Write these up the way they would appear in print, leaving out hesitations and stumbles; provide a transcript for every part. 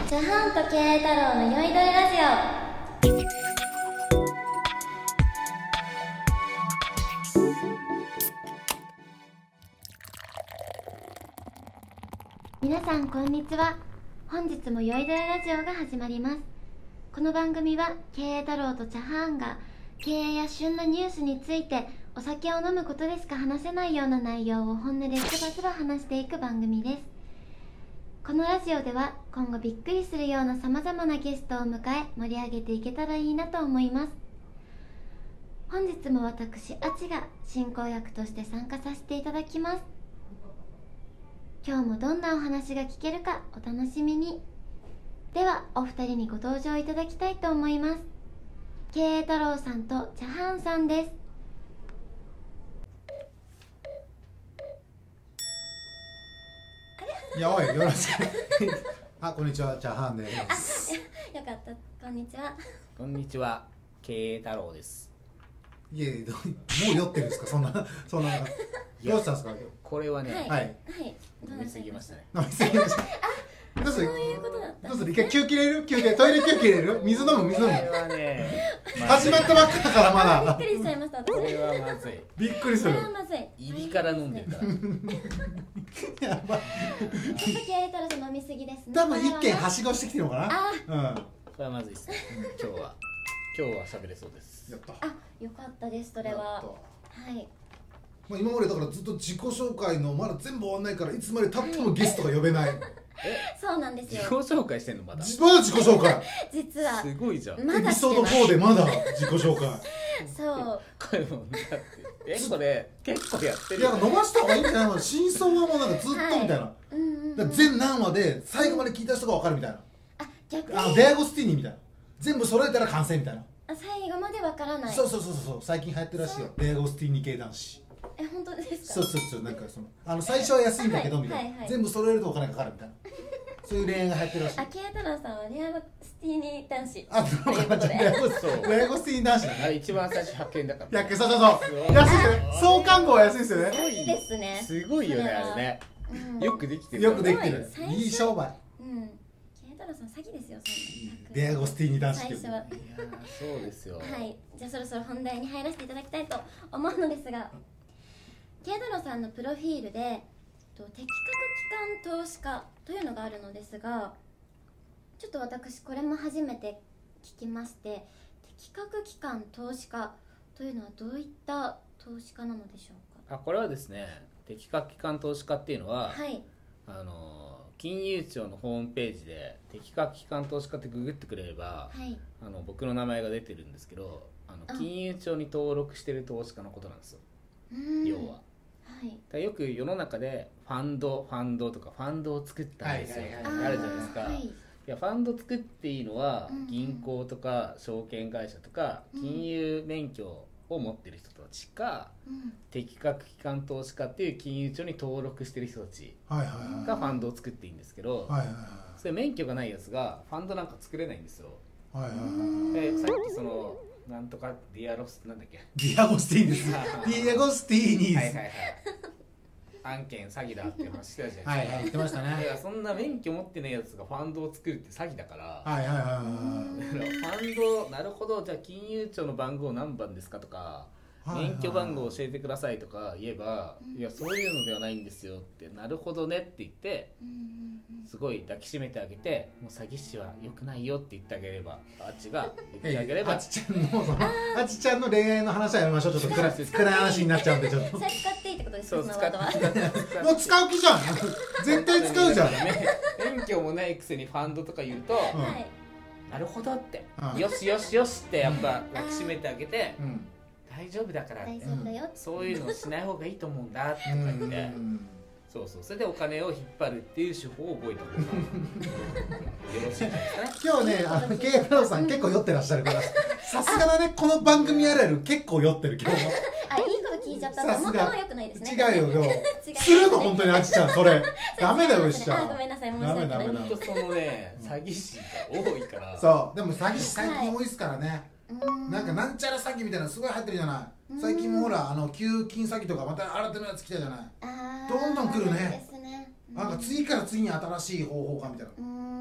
チャハンと経営太郎の酔いどれラジオ。皆さんこんにちは。本日も酔いどれラジオが始まります。この番組は経営太郎とチャハンが経営や旬のニュースについてお酒を飲むことでしか話せないような内容を本音でズバズバ話していく番組です。このラジオでは今後びっくりするような様々なゲストを迎え盛り上げていけたらいいなと思います。本日も私あちが進行役として参加させていただきます。今日もどんなお話が聞けるかお楽しみに。ではお二人にご登場いただきたいと思います。経営太郎さんとチャハンさんです。 いやおいよろしくこんにちは、チャーハンです。 よかった、こんにちは。 こんにちは、経営太郎です。 いえ、もう酔ってるんですか？そんなどうしたんですか？ これはね、 はい、 飲みすぎましたね。 飲みすぎました。どうする？ そういうことだった。 どうする？一回休憩入れる？トイレ休憩入れる？水飲む？ これはね、 始まったばっかだからまだ。 びっくりしちゃいました。 これはまずい。 びっくりする。 これはまずい。 入りから飲んでるから。 やばい。 経営太郎さん飲みすぎですね。 多分一軒はしごしてきてるのかな。 これはまずいですね。今日は喋れそうです。 やった。 よかったです。それは。はい。 まあ今までだからずっと自己紹介のまだ全部終わんないからいつまで経ってもゲストが呼べない。 そうなんですよ。 自己紹介してんのまだ？ まだ自己紹介。 実は。 すごいじゃん。 まだエピソード4でまだ自己紹介。 そう。 これもだってそれ結構やってるいやよね。 伸ばした方がいいんじゃないの？真相はもうなんかずっとみたいな。だから全何話で最後まで聞いた人が分かるみたいな。 逆にデアゴスティーニみたいな。全部揃えたら完成みたいな。 最後までわからない。 そう最近流行ってるらしいよ。デアゴスティーニ系男子。 本当ですか？ そうなんか最初は安いんだけどみたいな。全部揃えるとお金かかるみたいな。そういう恋愛が流行ってるらしい。 経営太郎さんはデアゴスティーニ男子。 デアゴスティーニ男子だね。 あれ一番最初100円だから。 そう安いですよね。創刊号は安いですよね。 いいですね。 すごいよねあれね。よくできてる。 よくできてる。いい商売。 経営太郎さん詐欺ですよ。 デアゴスティーニ男子。 最初は。 いやそうですよ。 はい。じゃあそろそろ本題に入らせていただきたいと思うのですが、経営太郎さんのプロフィールで適格機関投資家というのがあるのですが、ちょっと私これも初めて聞きまして、適格機関投資家というのはどういった投資家なのでしょうか？ これはですね、適格機関投資家っていうのは、 はい、 金融庁のホームページで適格機関投資家ってググってくれれば、 はい、 僕の名前が出てるんですけど、金融庁に登録してる投資家のことなんですよ。要は。はい、よく世の中でファンドとかファンドを作ったんですよ、あるじゃないですか。いやファンド作っていいのは銀行とか証券会社とか金融免許を持ってる人たちか、適格機関投資家っていう金融庁に登録してる人たちがファンドを作っていいんですけど、それ免許がないやつがファンドなんか作れないんですよ。でさっきなんとかディアゴスティーニです。ディアゴスティーニです。案件詐欺だっていう話してたじゃないですか。言ってましたね。いやそんな免許持ってないやつがファンドを作るって詐欺だから。ファンドなるほど、じゃあ金融庁の番号何番ですかとか、免許番号教えてくださいとか言えば、いやそういうのではないんですよって、なるほどねって言って、すごい抱きしめてあげて、もう詐欺師は良くないよって言ってあげれば、あっちが言ってあげれば、 あちちゃんの恋愛の話はやめましょう。ちょっと暗い話になっちゃうんで、ちょっと。 それ使っていいってことですか？ そう使ってもう使う気じゃん。絶対使うじゃん。 免許もないくせにファンドとか言うと、なるほどって、よしってやっぱ抱きしめてあげて、大丈夫だからって、そういうのをしない方がいいと思うんだって言って、それでお金を引っ張るっていう手法を覚えた方がよろしいんじゃないですかね。 今日ね、経営太郎さん結構酔ってらっしゃるから、さすがだね、この番組あるある結構酔ってる今日も。 いいこと聞いちゃったら、元は良くないですね。 違うよ、するの本当にあちちゃん、それ。ダメだよ、しちゃん。 ごめんなさい、申し訳ない。 本当そのね、詐欺師が多いから。 そう、でも詐欺師最近多いですからね。なんちゃら詐欺みたいなのすごい入ってるじゃない。最近もほら給金詐欺とかまた新手のやつ来たじゃない。どんどん来るね。なんか次から次に新しい方法かみたいな。でいつ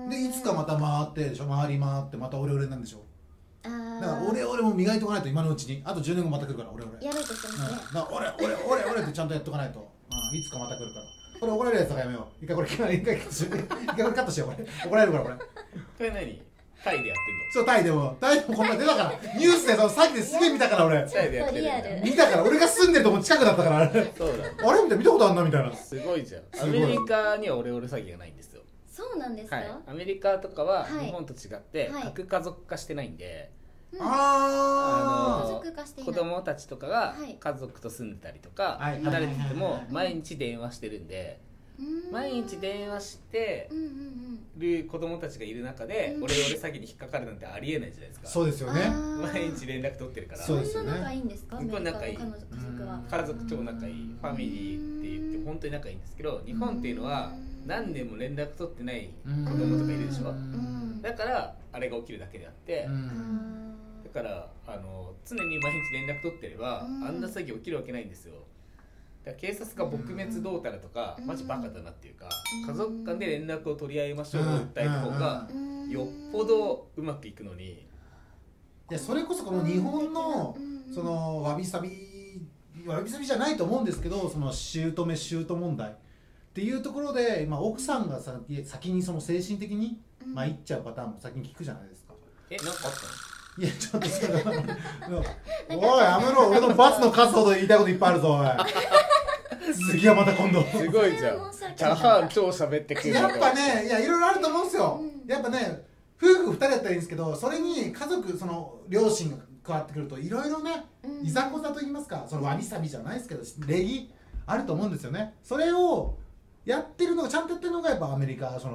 つかまた回ってでしょ、回り回ってまたオレオレなんでしょ。だからオレオレも磨いとかないと、今のうちに。あと10年後また来るからオレオレやろうとしてますね。 だからオレってちゃんとやっとかないと、いつかまた来るから。これ怒られるやつはやめよう。一回カットしよう。これ怒られるからこれ。 これ何タイでやってんの？ そう、タイでもこんな出たからニュースでさっきですげえ見たから俺タイでやってるリアル。 見たから、俺が住んでるとこ近くだったからあれそうだ。 あれみたいな、見たことあんなみたいな。 すごいじゃん。 すごいアメリカにはオレオレ詐欺がないんですよ。 そうなんですか。 はい。アメリカとかははい日本と違ってはい核家族化してないんで、 あ家族化していない。 子供たちとかがはい家族と住んでたりとかはい離れててはいも毎日電話してるんで、毎日電話してうんうんうん。 る子供たちがいる中でうんオレオレ詐欺に引っかかるなんてありえないじゃないですか。 そうですよね。 毎日連絡取ってるから。 そうですよね。 そんな仲いいんですか？ すごい仲いいアメリカの家族は。 家族超仲いいファミリーって言って本当に仲いいんですけど、日本っていうのは何年も連絡取ってない子供とかいるでしょ。だからあれが起きるだけであって、だから常に毎日連絡取ってればあんな詐欺起きるわけないんですよ。だから警察が撲滅どうたらとかマジバカだなっていうか、家族間で連絡を取り合いましょうを訴えた方がよっぽどうまくいくのに。 いや、それこそこの日本のそのわびさびじゃないと思うんですけど、その姑問題っていうところで、奥さんが先にその精神的に参っちゃうパターンも先に聞くじゃないですか。 なんかあったの？ いや、ちょっとそれおいやめろ、俺の罰の数ほど言いたいこといっぱいあるぞおい次はまた今度すごいじゃん。チャーハン超喋ってくる。 やっぱね、いや、いろいろあると思うんですよ。やっぱね、夫婦2人だったらいいんですけど、それに家族、その両親が加わってくるといろいろね、いざこざと言いますか、そのわびさびじゃないですけど礼儀あると思うんですよね。それをやってるのが、ちゃんとやってるのがやっぱアメリカとか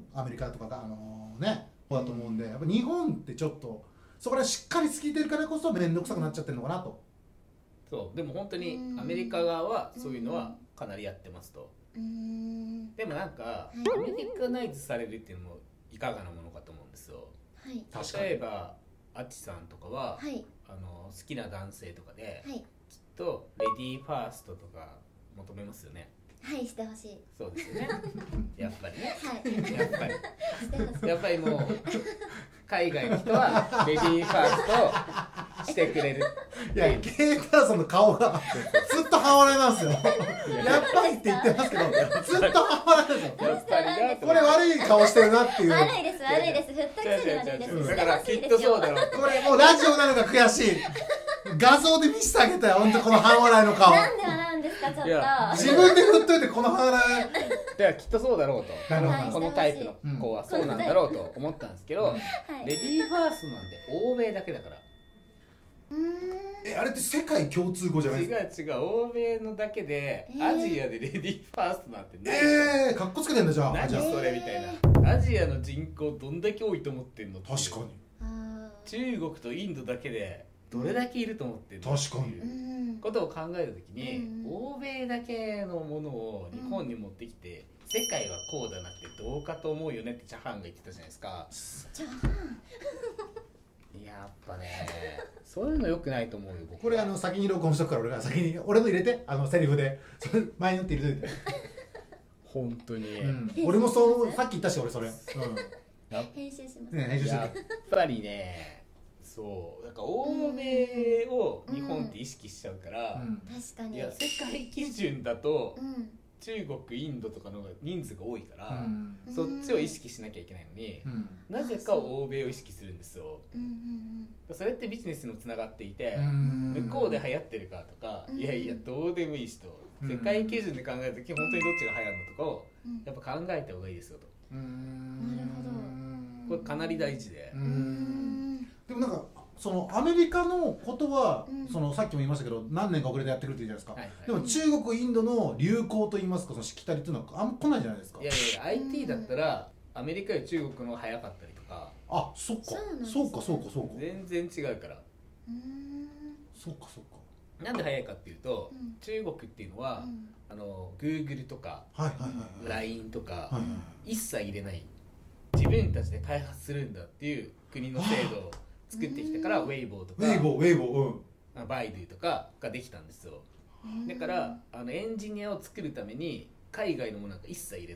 ね、方だと思うんで、やっぱ日本ってちょっとそこらしっかりついてるからこそ面倒くさくなっちゃってるのかなと。 そうでも本当にアメリカ側はそういうのはかなりやってますと。でもなんかアメリカナイズされるっていうのもいかがなものかと思うんですよ。 はい。 例えばアチさんとかは、 はい。 好きな男性とかで、 はい。 きっとレディーファーストとか求めますよね。 はい、してほしい。 そうですよね。やっぱりね。 はい。 やっぱりしてほしい。 やっぱりもう海外の人はレディーファーストをしてくれる。 いや、ケイタラさんの顔がずっと半笑いなんですよ。やっぱりって言ってますけど、ずっと半笑いなんですよ。 やっぱりなとこれ悪い顔してるなっていう。 悪いです、悪いです。振ったくせに悪いです。 だからきっとそうだろう。 これもうラジオなのが悔しい。画像で見せてあげたよ、本当この半笑いの顔。 なんで笑うんですか、ちょっいやと。 自分で振っといてこの半笑い。 ではきっとそうだろうと、 はいこのタイプの子はそうなんだろうと思ったんですけど、 はい。 レディーファーストなんて欧米だけだから。 あれって世界共通語じゃないですか。 違う欧米のだけで、アジアでレディーファーストなんてないかっこつけてんだじゃあ。 何じゃあそれみたいな。アジアの人口どんだけ多いと思ってんのっていう。 確かに。 中国とインドだけでどれだけいると思ってんの確かにっていうことを考えた時に、欧米だけのものを日本に持ってきて、世界はこうだなってどうかと思うよねってチャハンが言ってたじゃないですか。 チャハン。 やっぱね、そういうの良くないと思うよ僕。 これ先に録音しとくから、俺が先に俺の入れて、セリフでそれ前に打って入れといて。 本当に、 俺もそうさっき言ったし、俺それ。 編集します。 ね、編集してやっぱりね、そうなんか欧米を日本って意識しちゃうから、 確かに。 いや世界基準だと、 うん。 中国インドとかの方が人数が多いから、そっちを意識しなきゃいけないのに、なぜか欧米を意識するんですよ。それってビジネスにもつながっていて、向こうで流行ってるかとか、いやいやどうでもいいしと、世界基準で考えるとき本当にどっちが流行るのとかをやっぱ考えた方がいいですよと。 なるほど。 これかなり大事で。 でもなんかそのアメリカのことは、そのさっきも言いましたけど何年か遅れてやってくるって言うじゃないですか、でも中国インドの流行といいますか、そのしきたりっていうのはあんま来ないじゃないですか。 いやいや IT だったらアメリカより中国の方が早かったりとか。 あ、そっかそうか全然違うから。 そうかなんで早いかっていうと、中国っていうのはGoogle とか LINE とか一切入れない、自分たちで開発するんだっていう国の制度を作ってきたから、ウェイボーとかバイドゥとかができたんですよ。だからエンジニアを作るために海外のものなんか一切入れずに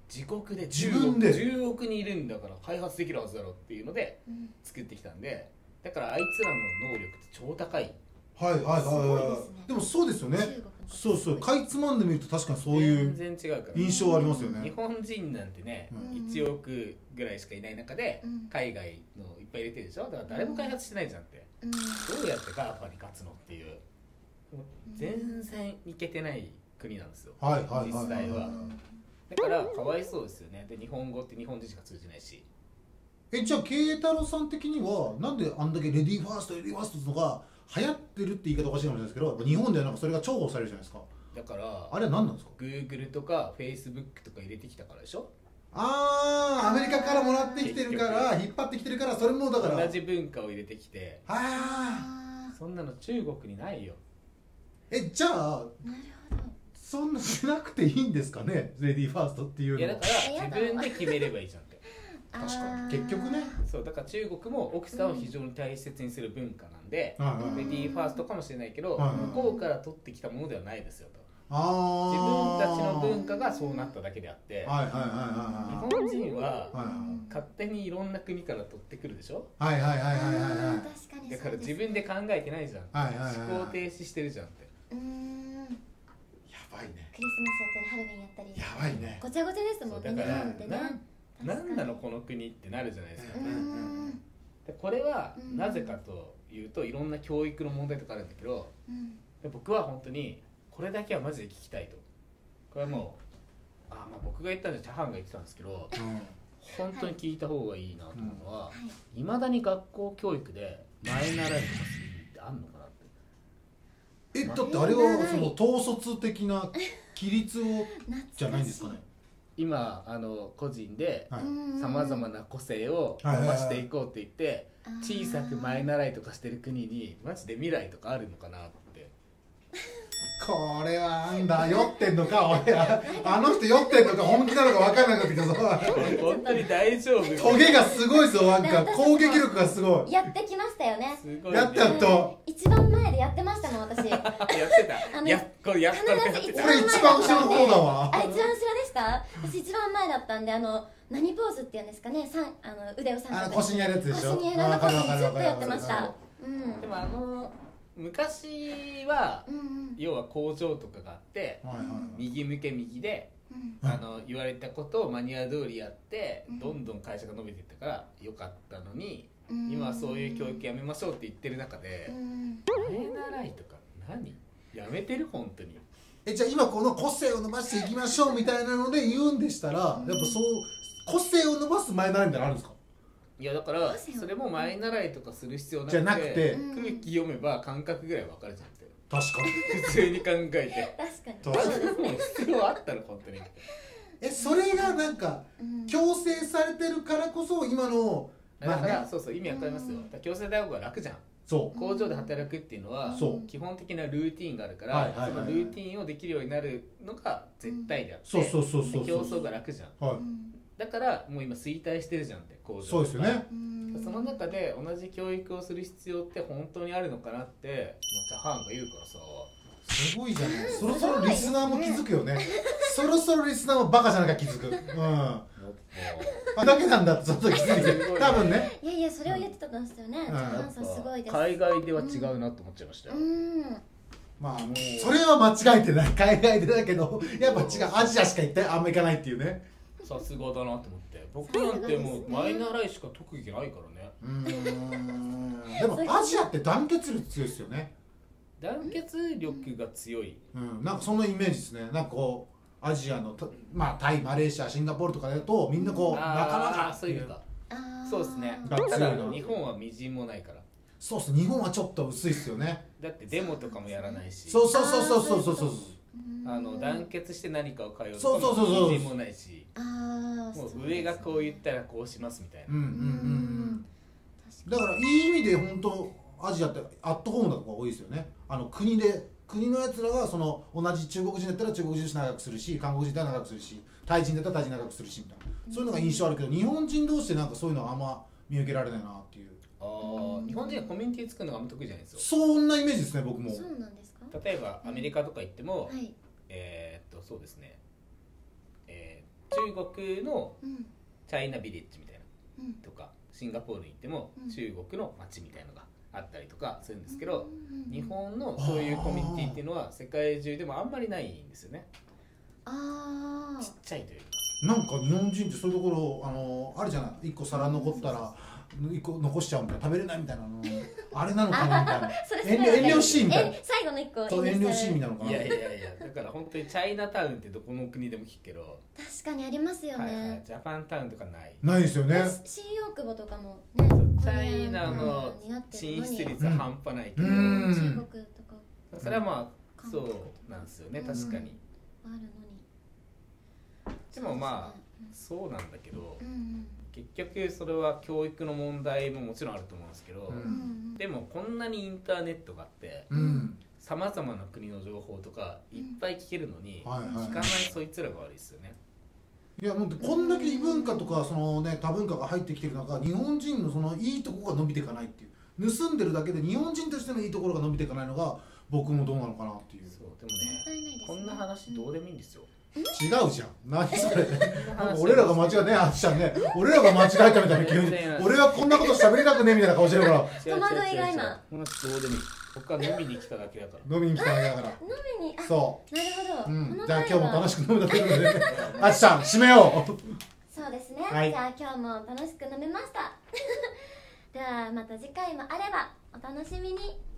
自国で自分で 10億人いるんだから開発できるはずだろうっていうので作ってきたんで、だからあいつらの能力って超高い。 はいはいはいはい。でもそうですよね。そうそう、かいつまんでみると確かにそういう全然違うから印象ありますよね。 日本人なんてね、1億ぐらいしかいない中で海外のいっぱい入れてるでしょ。だから誰も開発してないじゃんって、どうやってガーファに勝つのっていう、全然いけてない国なんですよ、 はいはいはい、 実際は。だからかわいそうですよね。で日本語って日本人しか通じないし。 じゃあ慶太郎さん的にはなんであんだけレディーファーストレディーファーストってのが流行ってるって言い方おかしいかもしれないですけど、日本ではなんかそれが重宝されるじゃないですか。 だからあれは何なんですか。 Google とか Facebook とか入れてきたからでしょ。 アメリカからもらってきてるから引っ張ってきてるから、それもだから同じ文化を入れてきて、そんなの中国にないよ。 じゃあそんなしなくていいんですかね、レディーファーストっていうの。 いやだから自分で決めればいいじゃんって。 確かに結局ね。 そうだから中国も奥さんを非常に大切にする文化なんで、レディーファーストかもしれないけど、向こうから取ってきたものではないですよと。自分たちの文化がそうなっただけであって、日本人は勝手にいろんな国から取ってくるでしょ。だから自分で考えてないじゃん、思考停止してるじゃんって。 やばいね。 クリスマスやったりハロウィンやったりやばいね。 ごちゃごちゃですもんね。 だから日本ってね、 なんなのこの国ってなるじゃないですか。でこれはなぜかというと、いろんな教育の問題とかあるんだけど、で僕は本当にこれだけはマジで聞きたいと。これはもう僕が言ったんでチャハンが言ってたんですけど、本当に聞いた方がいいなと思うのは、いまだに学校教育で前習いとかするってあんのかなって。 だってあれはその統率的な規律をじゃないんですかね。 今個人でさまざまな個性を伸ばしていこうって言って小さく前習いとかしてる国にマジで未来とかあるのかなって。 これはなんだ、酔ってんのか俺、あの人酔ってんのか本気なのか分かんなくなってきたぞ。 本当に大丈夫。 トゲがすごいぞ、なんか攻撃力がすごい。 やってきましたよね。 やったやった。 一番前でやってましたもん私。 やってた。これやった。 必ず一俺一番後ろの方だわ。 一番後ろでした。私一番前だったんで、何ポーズっていうんですかね、腕を3 腰にやるやつでしょ。 腰にやるのポーズずっとやってました。 でも昔は要は工場とかがあって右向け右で言われたことをマニュアル通りやってどんどん会社が伸びていったからよかったのに、今はそういう教育やめましょうって言ってる中で前習いとか何やめてる本当に。 じゃあ今この個性を伸ばしていきましょうみたいなので言うんでしたら、やっぱそう個性を伸ばす前習いみたいなのあるんですか。 いやだからそれも前習いとかする必要なくて、 じゃなくて空気読めば感覚ぐらい分かるじゃんって。 確かに普通に考えて確かにもう必要あったの本当に。 それがなんか強制されてるからこそ今のだからそう意味わかりますよ。強制大学は楽じゃん。 そう工場で働くっていうのは基本的なルーティンがあるから、そのルーティンをできるようになるのが絶対であって、競争が楽じゃん。だからもう今衰退してるじゃんって工場。 そうですよね。 その中で同じ教育をする必要って本当にあるのかなってチャハンが言うからさ。 すごいじゃない。そろそろリスナーも気づくよね。そろそろリスナーもバカじゃなきゃ気づく。だけなんだってその時気づいて多分ね。 いやそれを言ってたんですよね。チャハンさんすごいです。 海外では違うなと思っちゃいましたよ。 まあそれは間違えてない。海外でだけどやっぱ違う、アジアしかあんま行かないっていうね。 さすがだなと思って。僕なんてもう前習いしか特技ないからね。 でもアジアって団結力強いですよね。 団結力が強い。 なんかそのイメージですね。なんかこうアジアのタイ、マレーシア、シンガポールとかだとみんなこう仲間がそういうか。そうですね。 ただ日本はみじんもないから。 そうっす。日本はちょっと薄いっすよね。 だってデモとかもやらないし。 そう団結して何かを変えようとかもみじんもないし、もう上がこう言ったらこうしますみたいな。 だからいい意味で本当アジアってアットホームなとこが多いですよね。国のやつらがその同じ中国人だったら中国人として仲良くするし、韓国人だったら仲良くするし、タイ人だったらタイ人仲良くするしみたいな、そういうのが印象あるけど、日本人同士でなんかそういうのはあんま見受けられないなっていう。 日本人はコミュニティ作るのがあんま得意じゃないですよ。 そんなイメージですね、僕も。 そうなんですか。 例えばアメリカとか行っても、そうですね、 中国のうんチャイナビレッジみたいなうんとか、シンガポールに行ってもうん中国の街みたいなのがあったりとかするんですけど、 うん日本のそういうコミュニティっていうのは世界中でもあんまりないんですよね。 あちっちゃいというか。 なんか日本人ってそういうところあるじゃない、1個皿残ったら1個残しちゃうみたいな、食べれないみたいなのあれなのかなみたいなそれ遠慮しいみたいな、 最後の一個そう遠慮しいみたいなのかな。 いやいやいや、だから本当にチャイナタウンってどこの国でも聞くけど、 確かにありますよはいはい、 ね。 ジャパンタウンとかない。 ないですよね。 新大久保とかもね、 チャイナの進出率は半端ないけど、 うん中国とかそれはまあそうなんですよね、確かに。 あるのに。 でもまあそうなんだけど、 うん結局それは教育の問題ももちろんあると思うんですけど、 うんうんでもこんなにインターネットがあってうんさまざまな国の情報とかいっぱい聞けるのに、 はいはい聞かないそいつらが悪いですよね。 いやもうこんだけ異文化とかその、ね、多文化が入ってきてる中、日本人のそのいいところが伸びていかないっていう、盗んでるだけで日本人としてのいいところが伸びていかないのが僕もどうなのかなっていう。 そうでももったいないですねね、こんな話どうでもいいんですよ。 違うじゃん、何それ話俺らが間違えね、あっちゃんね、俺らが間違えたみたいな急に俺はこんなこと喋れなくねみたいな顔してるから、 違う違う違う違う、 戸惑いが今この人どうでもいい。僕は飲みに来ただけだから。 飲みに来たわけだから。 飲みに、 そなるほど、 う、うんこのじゃあ今日も楽しくく飲めたということであっちゃん締めよう。 そうですね、 はいじゃあ今日も楽しく飲めましたではまた次回もあればお楽しみに。